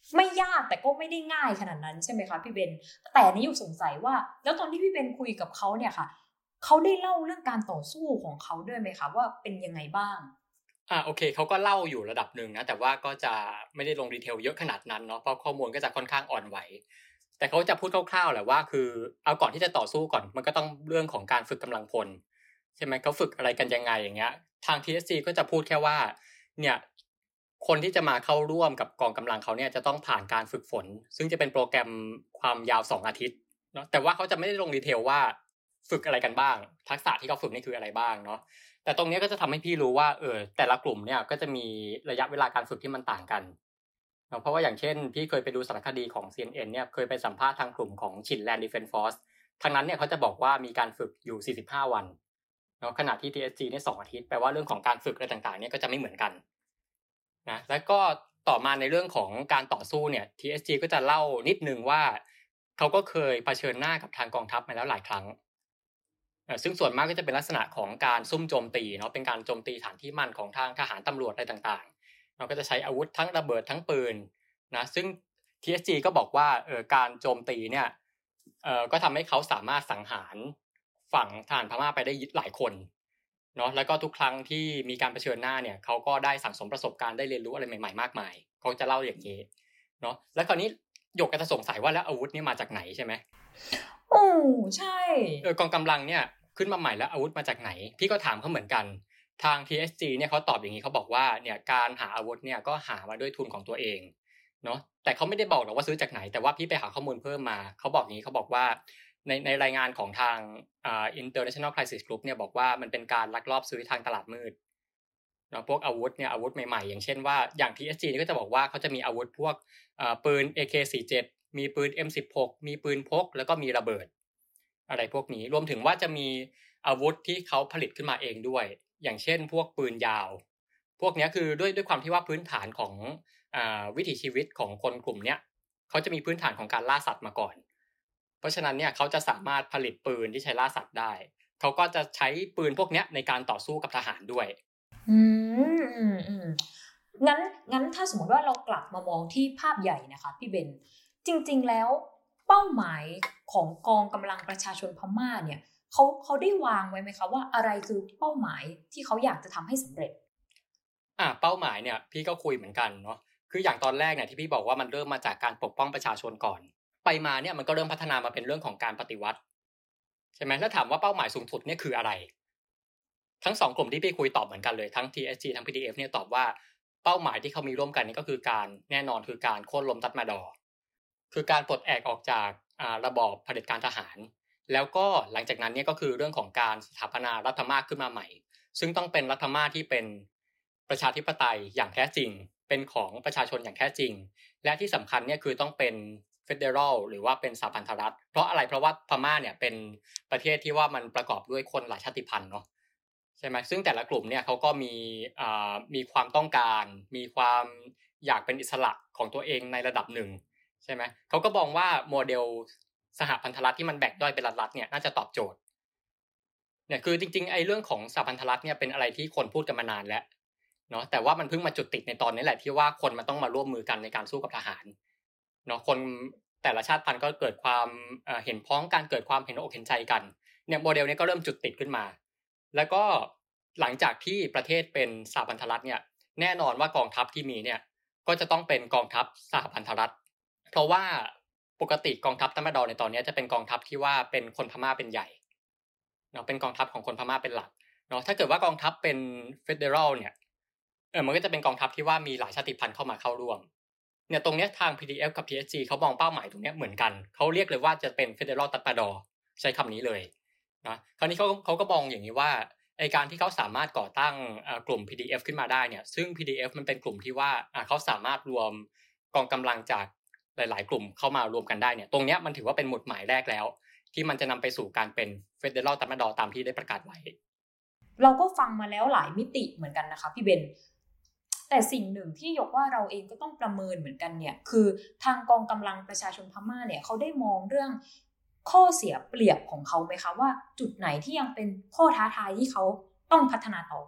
ไม่ยากแต่ก็ไม่ได้ง่ายขนาดนั้นใช่ไหมคะพี่เบนแต่นี่อยู่สงสัยว่าแล้วตอนที่พี่เบนคุยกับเขาเนี่ยค่ะเขาได้เล่าเรื่องการต่อสู้ของเขาด้วยไหมคะว่าเป็นยังไงบ้างอ่าโอเคเขาก็เล่าอยู่ระดับหนึ่งนะแต่ว่าก็จะไม่ได้ลงดีเทลเยอะขนาดนั้นเนาะเพราะข้อมูลก็จะค่อนข้างอ่อนไหวแต่เขาจะพูดคร่าวๆแหละว่าคือเอาก่อนที่จะต่อสู้ก่อนมันก็ต้องเรื่องของการฝึกกำลังพลใช่ไหมเขาฝึกอะไรกันยังไงอย่างเงี้ยทาง ที เอส จี ก็จะพูดแค่ว่าเนี่ยคนที่จะมาเข้าร่วมกับกองกำลังเขาเนี่ยจะต้องผ่านการฝึกฝนซึ่งจะเป็นโปรแกรมความยาวสองอาทิตย์เนาะแต่ว่าเขาจะไม่ได้ลงดีเทลว่าฝึกอะไรกันบ้างทักษะที่เขาฝึกนี่คืออะไรบ้างเนาะแต่ตรงนี้ก็จะทำให้พี่รู้ว่าเออแต่ละกลุ่มเนี่ยก็จะมีระยะเวลาการฝึกที่มันต่างกันเพราะว่าอย่างเช่นพี่เคยไปดูสารคดีของ ซี เอ็น เอ็น เนี่ยเคยไปสัมภาษณ์ทางกลุ่มของ Chinland Defense Force ทางนั้นเนี่ยเขาจะบอกว่ามีการฝึกอยู่สี่สิบห้าวันเนาะขณะที่ ที เอส จี เนี่ยสองอาทิตย์แปลว่าเรื่องของการฝึกอะไรต่างๆเนี่ยก็จะไม่เหมือนกันนะแล้วก็ต่อมาในเรื่องของการต่อสู้เนี่ย ที เอส จี ก็จะเล่านิดนึงว่าเขาก็เคยเผชิญหน้ากับทางกองทัพมาแล้วหลายครั้งซึ่งส่วนมากก็จะเป็นลักษณะของการซุ่มโจมตีเนาะเป็นการโจมตีฐานที่มั่นของทางทหารตำรวจอะไรต่างๆเราก็จะใช้อาวุธทั้งระเบิดทั้งปืนนะซึ่ง ที เอส จี ก็บอกว่าเอ่อการโจมตีเนี่ยเอ่อก็ทำให้เขาสามารถสังหารฝั่งทหารพม่าไปได้หลายคนเนาะแล้วก็ทุกครั้งที่มีการเผชิญหน้าเนี่ยเขาก็ได้สั่งสมประสบการณ์ได้เรียนรู้อะไรใหม่ๆมากมายเขาจะเล่าอย่างนี้เนาะแล้วคราวนี้หยกก็จะสงสัยว่าแล้วอาวุธนี่มาจากไหนใช่ไหมโอ้ใช่เออกองกำลังเนี่ยขึ้นมาใหม่แล้วอาวุธมาจากไหนพี่ก็ถามเขาเหมือนกันทาง ที เอส จี เนี่ยเขาตอบอย่างนี้เขาบอกว่าเนี่ยการหาอาวุธเนี่ยก็หามาด้วยทุนของตัวเองเนาะแต่เขาไม่ได้บอกหรอกว่าซื้อจากไหนแต่ว่าพี่ไปหาข้อมูลเพิ่มมาเขาบอกอย่างนี้เขาบอกว่าในในรายงานของทางอ่า International Crisis Group เนี่ยบอกว่ามันเป็นการลักลอบซื้อทางตลาดมืดเนาะพวกอาวุธเนี่ยอาวุธใหม่ๆอย่างเช่นว่าอย่าง ที เอส จี นี่ก็จะบอกว่าเขาจะมีอาวุธพวกอ่าปืน เอ เค สี่สิบเจ็ด มีปืน เอ็ม สิบหก มีปืนพกแล้วก็มีระเบิดอะไรพวกนี้รวมถึงว่าจะมีอาวุธที่เขาผลิตขึ้นมาเองด้วยอย่างเช่นพวกปืนยาวพวกนี้คือด้วยด้วยความที่ว่าพื้นฐานของอ่าวิถีชีวิตของคนกลุ่มเนี้ยเขาจะมีพื้นฐานของการล่าสัตว์มาก่อนเพราะฉะนั้นเนี่ยเขาจะสามารถผลิตปืนที่ใช้ล่าสัตว์ได้เขาก็จะใช้ปืนพวกเนี้ยในการต่อสู้กับทหารด้วยอืมอืมอืมงั้นงั้นถ้าสมมติว่าเรากลับมามองที่ภาพใหญ่นะคะพี่เบนจริงๆแล้วเป้าหมายของกองกำลังประชาชนพม่าเนี่ยเขาเขาได้วางไว้ไหมคะว่าอะไรคือเป้าหมายที่เขาอยากจะทำให้สำเร็จอ่าเป้าหมายเนี่ยพี่ก็คุยเหมือนกันเนาะคืออย่างตอนแรกเนี่ยที่พี่บอกว่ามันเริ่มมาจากการปกป้องประชาชนก่อนไปมาเนี่ยมันก็เริ่มพัฒนามาเป็นเรื่องของการปฏิวัติใช่ไหมแล้วถามว่าเป้าหมายสูงสุดเนี่ยคืออะไรทั้งสองกลุ่มที่พี่คุยตอบเหมือนกันเลยทั้ง ที เอส จี ทั้ง พี ดี เอฟ เนี่ยตอบว่าเป้าหมายที่เขามีร่วมกันนี่ก็คือการแน่นอนคือการโค่นล้มตัดมาดอคือการปลดแอกออกจากอ่าระบอบเผด็จการทหารแล้วก็หลังจากนั้นเนี่ยก็คือเรื่องของการสถาปนารัฐพม่าขึ้นมาใหม่ซึ่งต้องเป็นรัฐพม่าที่เป็นประชาธิปไตยอย่างแท้จริงเป็นของประชาชนอย่างแท้จริงและที่สำคัญเนี่ยคือต้องเป็นเฟเดรัลหรือว่าเป็นสหพันธรัฐเพราะอะไรเพราะว่าพม่าเนี่ยเป็นประเทศที่ว่ามันประกอบด้วยคนหลายชาติพันธุ์เนาะใช่ไหมซึ่งแต่ละกลุ่มเนี่ยเขาก็มีอ่ามีความต้องการมีความอยากเป็นอิสระของตัวเองในระดับหนึ่งใช่ไหมเขาก็มองว่าโมเดลสหพันธรัฐที่มันแบ่งย่อยเป็นรัฐๆเนี่ยน่าจะตอบโจทย์เนี่ยคือจริงๆไอ้เรื่องของสหพันธรัฐเนี่ยเป็นอะไรที่คนพูดกันมานานแล้วเนาะแต่ว่ามันเพิ่งมาจุดติดในตอนนี้แหละที่ว่าคนมันต้องมาร่วมมือกันในการสู้กับทหารเนาะคนแต่ละชาติพันธุ์ก็เกิดความเอ่อเห็นพ้องกันเกิดความเห็นอกเห็นใจกันเนี่ยโมเดลนี้ก็เริ่มจุดติดขึ้นมาแล้วก็หลังจากที่ประเทศเป็นสหพันธรัฐเนี่ยแน่นอนว่ากองทัพที่มีเนี่ยก็จะต้องเป็นกองทัพสหพันธรัฐเพราะว่าปกติกองทัพตัมมาดอในตอนนี้จะเป็นกองทัพที่ว่าเป็นคนพม่าเป็นใหญ่เนาะเป็นกองทัพของคนพม่าเป็นหลักเนาะถ้าเกิดว่ากองทัพเป็นเฟเดรัลเนี่ยเออมันก็จะเป็นกองทัพที่ว่ามีหลายชาติพันธุ์เข้ามาเข้าร่วมเนี่ยตรงนี้ทาง พี ดี เอฟ กับ ที เอส จี เขามองเป้าหมายตรงนี้เหมือนกันเขาเรียกเลยว่าจะเป็นเฟเดรัลตัดปาดอใช้คำนี้เลยนะคราวนี้เขาเขาก็มองอย่างนี้ว่าไอ้การที่เขาสามารถก่อตั้งกลุ่ม พี ดี เอฟ ขึ้นมาได้เนี่ยซึ่ง พี ดี เอฟ มันเป็นกลุ่มที่ว่าเขาสามารถรวมกองกำลังจากหลายๆกลุ่มเข้ามารวมกันได้เนี่ยตรงนี้มันถือว่าเป็นหมุดหมายแรกแล้วที่มันจะนำไปสู่การเป็นเฟเดรัลตัดมาดอตามที่ได้ประกาศไว้เราก็ฟังมาแล้วหลายมิติเหมือนกันนะคะพี่เบนแต่สิ่งหนึ่งที่ยกว่าเราเองก็ต้องประเมินเหมือนกันเนี่ยคือทางกองกำลังประชาชนพม่าเนี่ยเขาได้มองเรื่องข้อเสียเปรียบของเขาไหมคะว่าจุดไหนที่ยังเป็นข้อท้าทายที่เขาต้องพัฒนาต่อ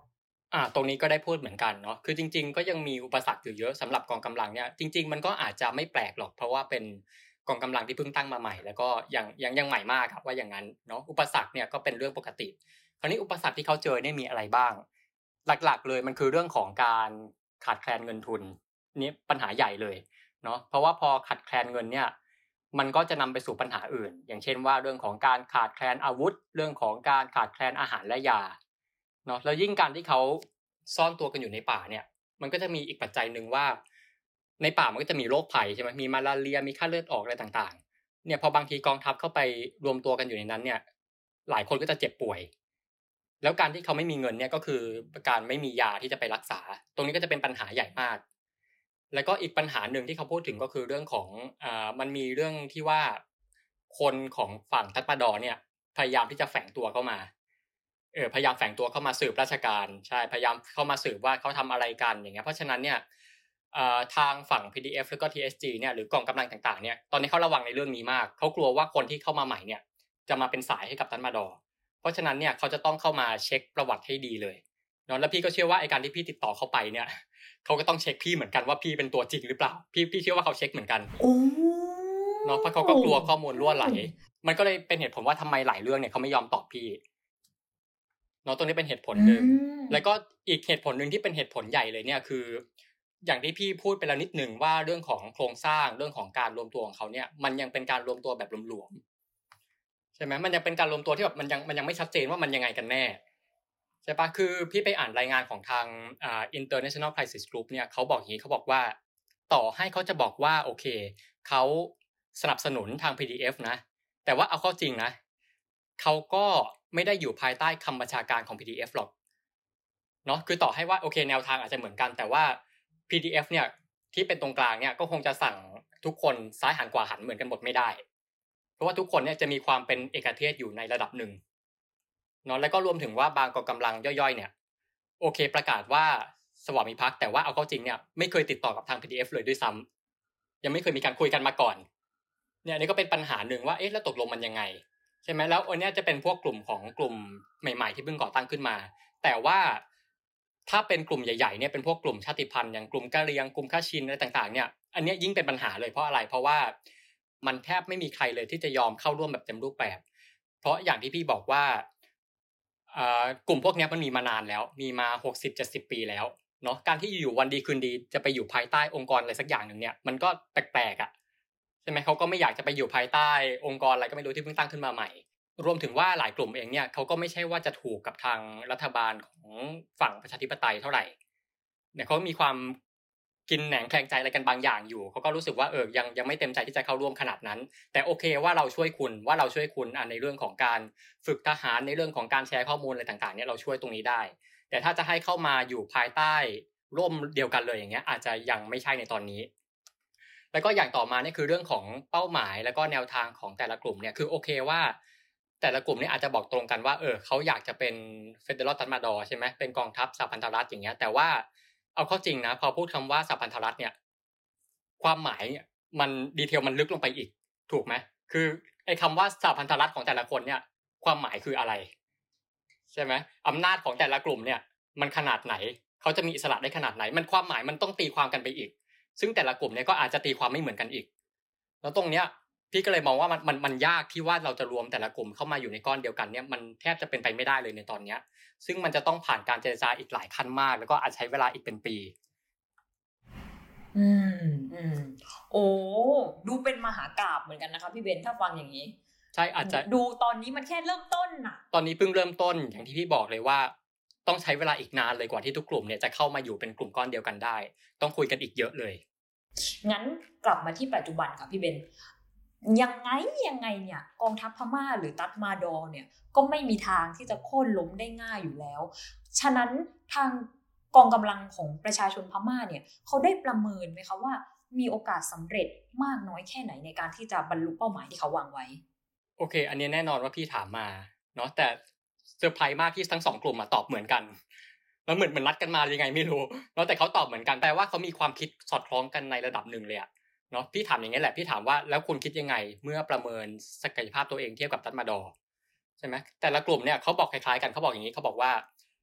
อ่าตรงนี้ก็ได้พูดเหมือนกันเนาะคือจริงๆก็ยังมีอุปสรรคอยู่เยอะสำหรับกองกำลังเนี่ยจริงๆมันก็อาจจะไม่แปลกหรอกเพราะว่าเป็นกองกำลังที่เพิ่งตั้งมาใหม่แล้วก็ยังยังยังใหม่มากครับว่าอย่างนั้นเนาะอุปสรรคเนี่ยก็เป็นเรื่องปกติคราวนี้อุปสรรคที่เขาเจอเนี่ยมีอะไรบ้างหลักๆเลยมันคือเรื่องของการขาดแคลนเงินทุนนี่ปัญหาใหญ่เลยเนาะเพราะว่าพอขาดแคลนเงินเนี่ยมันก็จะนำไปสู่ปัญหาอื่นอย่างเช่นว่าเรื่องของการขาดแคลนอาวุธเรื่องของการขาดแคลนอาหารและยาเนาะแล้วยิ่งการที่เขาซ่อนตัวกันอยู่ในป่าเนี่ยมันก็จะมีอีกปัจจัยหนึ่งว่าในป่ามันก็จะมีโรคภัยใช่ไหมมีมาลาเรียมีค่าเลือดออกอะไรต่างๆเนี่ยพอบางทีกองทัพเข้าไปรวมตัวกันอยู่ในนั้นเนี่ยหลายคนก็จะเจ็บป่วยแล้วการที่เขาไม่มีเงินเนี่ยก็คือการไม่มียาที่จะไปรักษาตรงนี้ก็จะเป็นปัญหาใหญ่มากแล้วก็อีกปัญหาหนึ่งที่เขาพูดถึงก็คือเรื่องของอ่ามันมีเรื่องที่ว่าคนของฝั่งทัตมาดอเนี่ยพยายามที่จะแฝงตัวเข้ามาเออพยายามแฝงตัวเข้ามาสืบราชการใช่พยายามเข้ามาสืบว่าเขาทำอะไรกันอย่างเงี้ยเพราะฉะนั้นเนี่ยเอ่อทางฝั่ง พี ดี เอฟ แล้วก็ ที เอส จี เนี่ยหรือกองกำลังต่างๆเนี่ยตอนนี้เขาระวังในเรื่องนี้มากเขากลัวว่าคนที่เข้ามาใหม่เนี่ยจะมาเป็นสายให้กับทัตมาดอเพราะฉะนั้นเนี่ยเขาจะต้องเข้ามาเช็คประวัติให้ดีเลยเนาะแล้วพี่ก็เชื่อว่าไอ้การที่พี่ติดต่อเข้าไปเนี่ยเขาก็ต้องเช็คพี่เหมือนกันว่าพี่เป็นตัวจริงหรือเปล่าพี่พี่เชื่อว่าเขาเช็คเหมือนกันเนาะเพราะเขาก็กลัวข้อมูลรั่วไหลมันก็เลยเป็นเหตุผลว่าทำไมหลายเรื่องเนี่ยเขาไม่ยอมตอบพี่เนาะตรงนี้เป็นเหตุผลหนึ่งแล้วก็อีกเหตุผลหนึ่งที่เป็นเหตุผลใหญ่เลยเนี่ยคืออย่างที่พี่พูดไปแล้วนิดหนึ่งว่าเรื่องของโครงสร้างเรื่องของการรวมตัวของเขาเนี่ยมันยังเป็นการรวมตัวแบบหลวมๆใช่ไหมมันยังเป็นการรวมตัวที่แบบมันยังมันยังไม่ชัดเจนว่ามันยังไงกันแน่ใช่ปะคือพี่ไปอ่านรายงานของทางอ่า International Crisis Group เนี่ยเขาบอกอย่างนี้เขาบอกว่าต่อให้เขาจะบอกว่าโอเคเขาสนับสนุนทาง พี ดี เอฟ นะแต่ว่าเอาเข้าจริงนะเขาก็ไม่ได้อยู่ภายใต้คำบัญชาการของ พี ดี เอฟ หรอกเนาะคือต่อให้ว่าโอเคแนวทางอาจจะเหมือนกันแต่ว่า พี ดี เอฟ เนี่ยที่เป็นตรงกลางเนี่ยก็คงจะสั่งทุกคนซ้ายหันขวาหันเหมือนกันหมดไม่ได้เพราะว่าทุกคนเนี่ยจะมีความเป็นเอกเทศอยู่ในระดับหนึ่งเนาะแล้วก็รวมถึงว่าบางกองกำลังย่อยๆเนี่ยโอเคประกาศว่าสวามิภักดิ์แต่ว่าเอาเข้าจริงเนี่ยไม่เคยติดต่อกับทาง พี ดี เอฟ เลยด้วยซ้ำยังไม่เคยมีการคุยกันมาก่อนเนี่ยอันนี้ก็เป็นปัญหาหนึ่งว่าเอ๊ะแล้วตกลงมันยังไงใช่ไหมแล้วอันนี้จะเป็นพวกกลุ่มของกลุ่มใหม่ๆที่เพิ่งก่อตั้งขึ้นมาแต่ว่าถ้าเป็นกลุ่มใหญ่ๆเนี่ยเป็นพวกกลุ่มชาติพันธุ์อย่างกลุ่มกะเหรี่ยงกลุ่มข้าชินอะไรต่างๆเนี่ยอันนี้ยิ่งเป็นปัญหาเลยเพราะอะไรเพราะว่ามันแทบไม่มีใครเลยที่จะยอมเข้าร่วมแบบเต็มรูปแบบเพราะอย่างที่พี่บอกว่ากลุ่มพวกนี้มันมีมานานแล้วมีมา หกสิบเจ็ดสิบ ปีแล้วเนาะการที่อยู่วันดีคืนดีจะไปอยู่ภายใต้องค์กรอะไรสักอย่างนึงเนี่ยมันก็แปลกๆอ่ะใช่ไหมเขาก็ไม่อยากจะไปอยู่ภายใต้องค์กรอะไรก็ไม่รู้ที่เพิ่งตั้งขึ้นมาใหม่รวมถึงว่าหลายกลุ่มเองเนี่ยเขาก็ไม่ใช่ว่าจะถูกกับทางรัฐบาลของฝั่งประชาธิปไตยเท่าไหร่เนี่ยเขามีความกินแหนงแคลงใจอะไรกันบางอย่างอยู่เขาก็รู้สึกว่าเออยังยังไม่เต็มใจที่จะเข้าร่วมขนาดนั้นแต่โอเคว่าเราช่วยคุณว่าเราช่วยคุณในเรื่องของการฝึกทหารในเรื่องของการแชร์ข้อมูลอะไรต่างๆเนี่ยเราช่วยตรงนี้ได้แต่ถ้าจะให้เข้ามาอยู่ภายใต้ร่มเดียวกันเลยอย่างเงี้ยอาจจะยังไม่ใช่ในตอนนี้แล้วก็อย่างต่อมาเนี่ยคือเรื่องของเป้าหมายแล้วก็แนวทางของแต่ละกลุ่มเนี่ยคือโอเคว่าแต่ละกลุ่มเนี่ยอาจจะบอกตรงกันว่าเออเขาอยากจะเป็นเฟเดรัลทัตมาดอใช่ไหมเป็นกองทัพสหพันธรัฐอย่างเงี้ยแต่ว่าเอาเข้าจริงนะพอพูดคำว่าสหพันธรัฐเนี่ยความหมายมันดีเทลมันลึกลงไปอีกถูกไหมคือไอ้คำว่าสหพันธรัฐของแต่ละคนเนี่ยความหมายคืออะไรใช่ไหมอำนาจของแต่ละกลุ่มเนี่ยมันขนาดไหนเขาจะมีอิสระได้ขนาดไหนมันความหมายมันต้องตีความกันไปอีกซึ่งแต่ละกลุ่มเนี่ยก็อาจจะตีความไม่เหมือนกันอีกแล้วตรงเนี้ยพี่ก็เลยมองว่ามันมันมันยากที่ว่าเราจะรวมแต่ละกลุ่มเข้ามาอยู่ในก้อนเดียวกันเนี่ยมันแทบจะเป็นไปไม่ได้เลยในตอนเนี้ยซึ่งมันจะต้องผ่านการเจรจาอีกหลายขั้นมากแล้วก็อาจใช้เวลาอีกเป็นปีอืมอืมโอ้ดูเป็นมหากาพย์เหมือนกันนะคะพี่เบนถ้าฟังอย่างนี้ใช่อาจจะดูตอนนี้มันแค่เริ่มต้นน่ะตอนนี้เพิ่งเริ่มต้นอย่างที่พี่บอกเลยว่าต้องใช้เวลาอีกนานเลยกว่าที่ทุกกลุ่มเนี่ยจะเข้ามาอยู่เป็นกลุ่มก้อนเดียวกันได้ต้องคุยกันอีกเยอะเลยงั้นกลับมาที่ปัจจุบันค่ะพี่เบนยังไงยังไงเนี่ยกองทัพพม่าหรือตัดมาดอเนี่ยก็ไม่มีทางที่จะโค่นล้มได้ง่ายอยู่แล้วฉะนั้นทางกองกำลังของประชาชนพม่าเนี่ยเขาได้ประเมินไหมคะว่ามีโอกาสสำเร็จมากน้อยแค่ไหนในการที่จะบรรลุเป้าหมายที่เขาวางไว้โอเคอันนี้แน่นอนว่าพี่ถามมาเนาะแต่เซอร์ไพรส์มากที่ทั้งสองกลุ่มมาตอบเหมือนกันแล้วเหมือนเหมือนนัดกันมายังไงไม่รู้เนาะแต่เขาตอบเหมือนกันแปลว่าเขามีความคิดสอดคล้องกันในระดับหนึ่งเลยอะเนาะพี่ถามอย่างนี้แหละพี่ถามว่าแล้วคุณคิดยังไงเมื่อประเมินศักยภาพตัวเองเทียบกับตัดมาดอใช่ไหมแต่ละกลุ่มเนี่ยเขาบอกคล้ายๆกันเขาบอกอย่างนี้เขาบอกว่า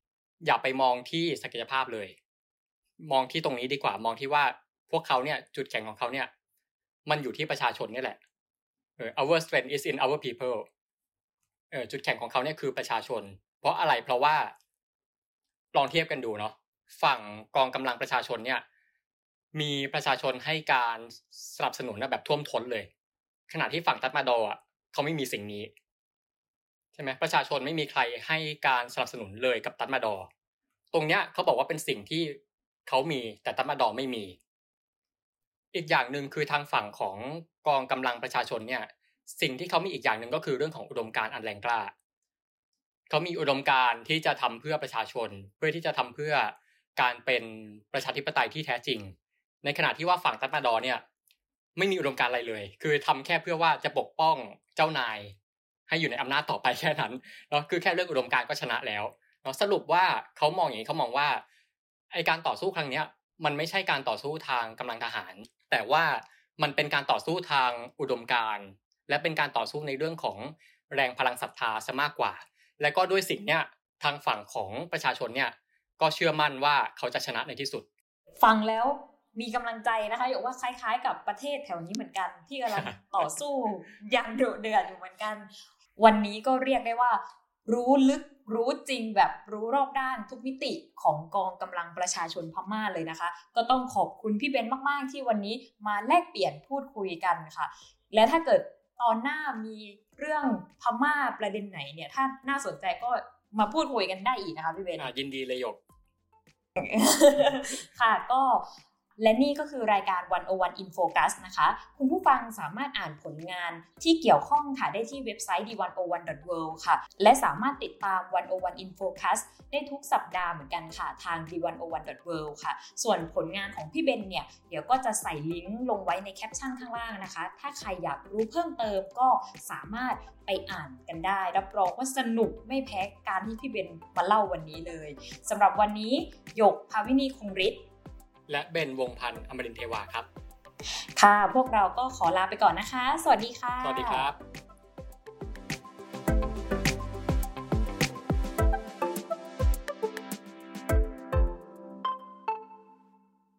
อย่าไปมองที่ศักยภาพเลยมองที่ตรงนี้ดีกว่ามองที่ว่าพวกเขาเนี่ยจุดแข็งของเขาเนี่ยมันอยู่ที่ประชาชนนี่แหละเออ our strength is in our people เออจุดแข็งของเขาเนี่ยคือประชาชนเพราะอะไรเพราะว่าลองเทียบกันดูเนาะฝั่งกองกำลังประชาชนเนี่ยมีประชาชนให้การสนับสนุนแบบท่วมท้นเลยขณะที่ฝั่งตัดมาดออ่ะเขาไม่มีสิ่งนี้ใช่ไหมประชาชนไม่มีใครให้การสนับสนุนเลยกับตัดมาดอตรงเนี้ยเขาบอกว่าเป็นสิ่งที่เขามีแต่ตัดมาดอไม่มีอีกอย่างนึงคือทางฝั่งของกองกำลังประชาชนเนี่ยสิ่งที่เขามีอีกอย่างนึงก็คือเรื่องของอุดมการณ์อันแรงกล้าเขามีอุดมการณ์ที่จะทำเพื่อประชาชนเพื่อที่จะทำเพื่อการเป็นประชาธิปไตยที่แท้จริงในขณะที่ว่าฝั่งตัดมาดอเนี่ยไม่มีอุดมการณ์อะไรเลยคือทำแค่เพื่อว่าจะปกป้องเจ้านายให้อยู่ในอำนาจต่อไปแค่นั้นเนาะคือแค่เรื่องอุดมการณ์ก็ชนะแล้วเนาะสรุปว่าเขามองอย่างนี้เขามองว่าไอ้การต่อสู้ครั้งนี้มันไม่ใช่การต่อสู้ทางกำลังทหารแต่ว่ามันเป็นการต่อสู้ทางอุดมการณ์และเป็นการต่อสู้ในเรื่องของแรงพลังศรัทธาซะมากกว่าและก็ด้วยสิ่งเนี้ยทางฝั่งของประชาชนเนี่ยก็เชื่อมั่นว่าเขาจะชนะในที่สุดฟังแล้วมีกำลังใจนะคะอยากว่าคล้ายๆกับประเทศแถวนี้เหมือนกันที่กำลังต่อสู้อย่างดุเดือดอยู่เหมือนกันวันนี้ก็เรียกได้ว่ารู้ลึกรู้จริงแบบรู้รอบด้านทุกมิติของกองกำลังประชาชนพม่าเลยนะคะก็ต้องขอบคุณพี่เบนมากๆที่วันนี้มาแลกเปลี่ยนพูดคุยกันค่ะและถ้าเกิดตอนหน้ามีเรื่องพม่าประเด็นไหนเนี่ยถ้าน่าสนใจก็มาพูดคุยกันได้อีกนะคะพี่เบนยินดีเลยหยกค่ะก็และนี่ก็คือรายการหนึ่งศูนย์หนึ่ง In Focus นะคะคุณผู้ฟังสามารถอ่านผลงานที่เกี่ยวข้องค่ะได้ที่เว็บไซต์ ดี หนึ่งศูนย์หนึ่ง ดอท เวิลด์ ค่ะและสามารถติดตามหนึ่งศูนย์หนึ่ง In Focus ได้ทุกสัปดาห์เหมือนกันค่ะทาง ดี หนึ่งศูนย์หนึ่ง ดอท เวิลด์ ค่ะส่วนผลงานของพี่เบนเนี่ยเดี๋ยวก็จะใส่ลิงก์ลงไว้ในแคปชั่นข้างล่างนะคะถ้าใครอยากรู้เพิ่มเติมก็สามารถไปอ่านกันได้รับรองว่าสนุกไม่แพ้การที่พี่เบนมาเล่าวันนี้เลยสำหรับวันนี้หยกภาวินีคงฤทธิ์และเบนวงพันธ์อมรินทร์เทวาครับค่ะพวกเราก็ขอลาไปก่อนนะคะสวัสดีค่ะสวัสดีครับ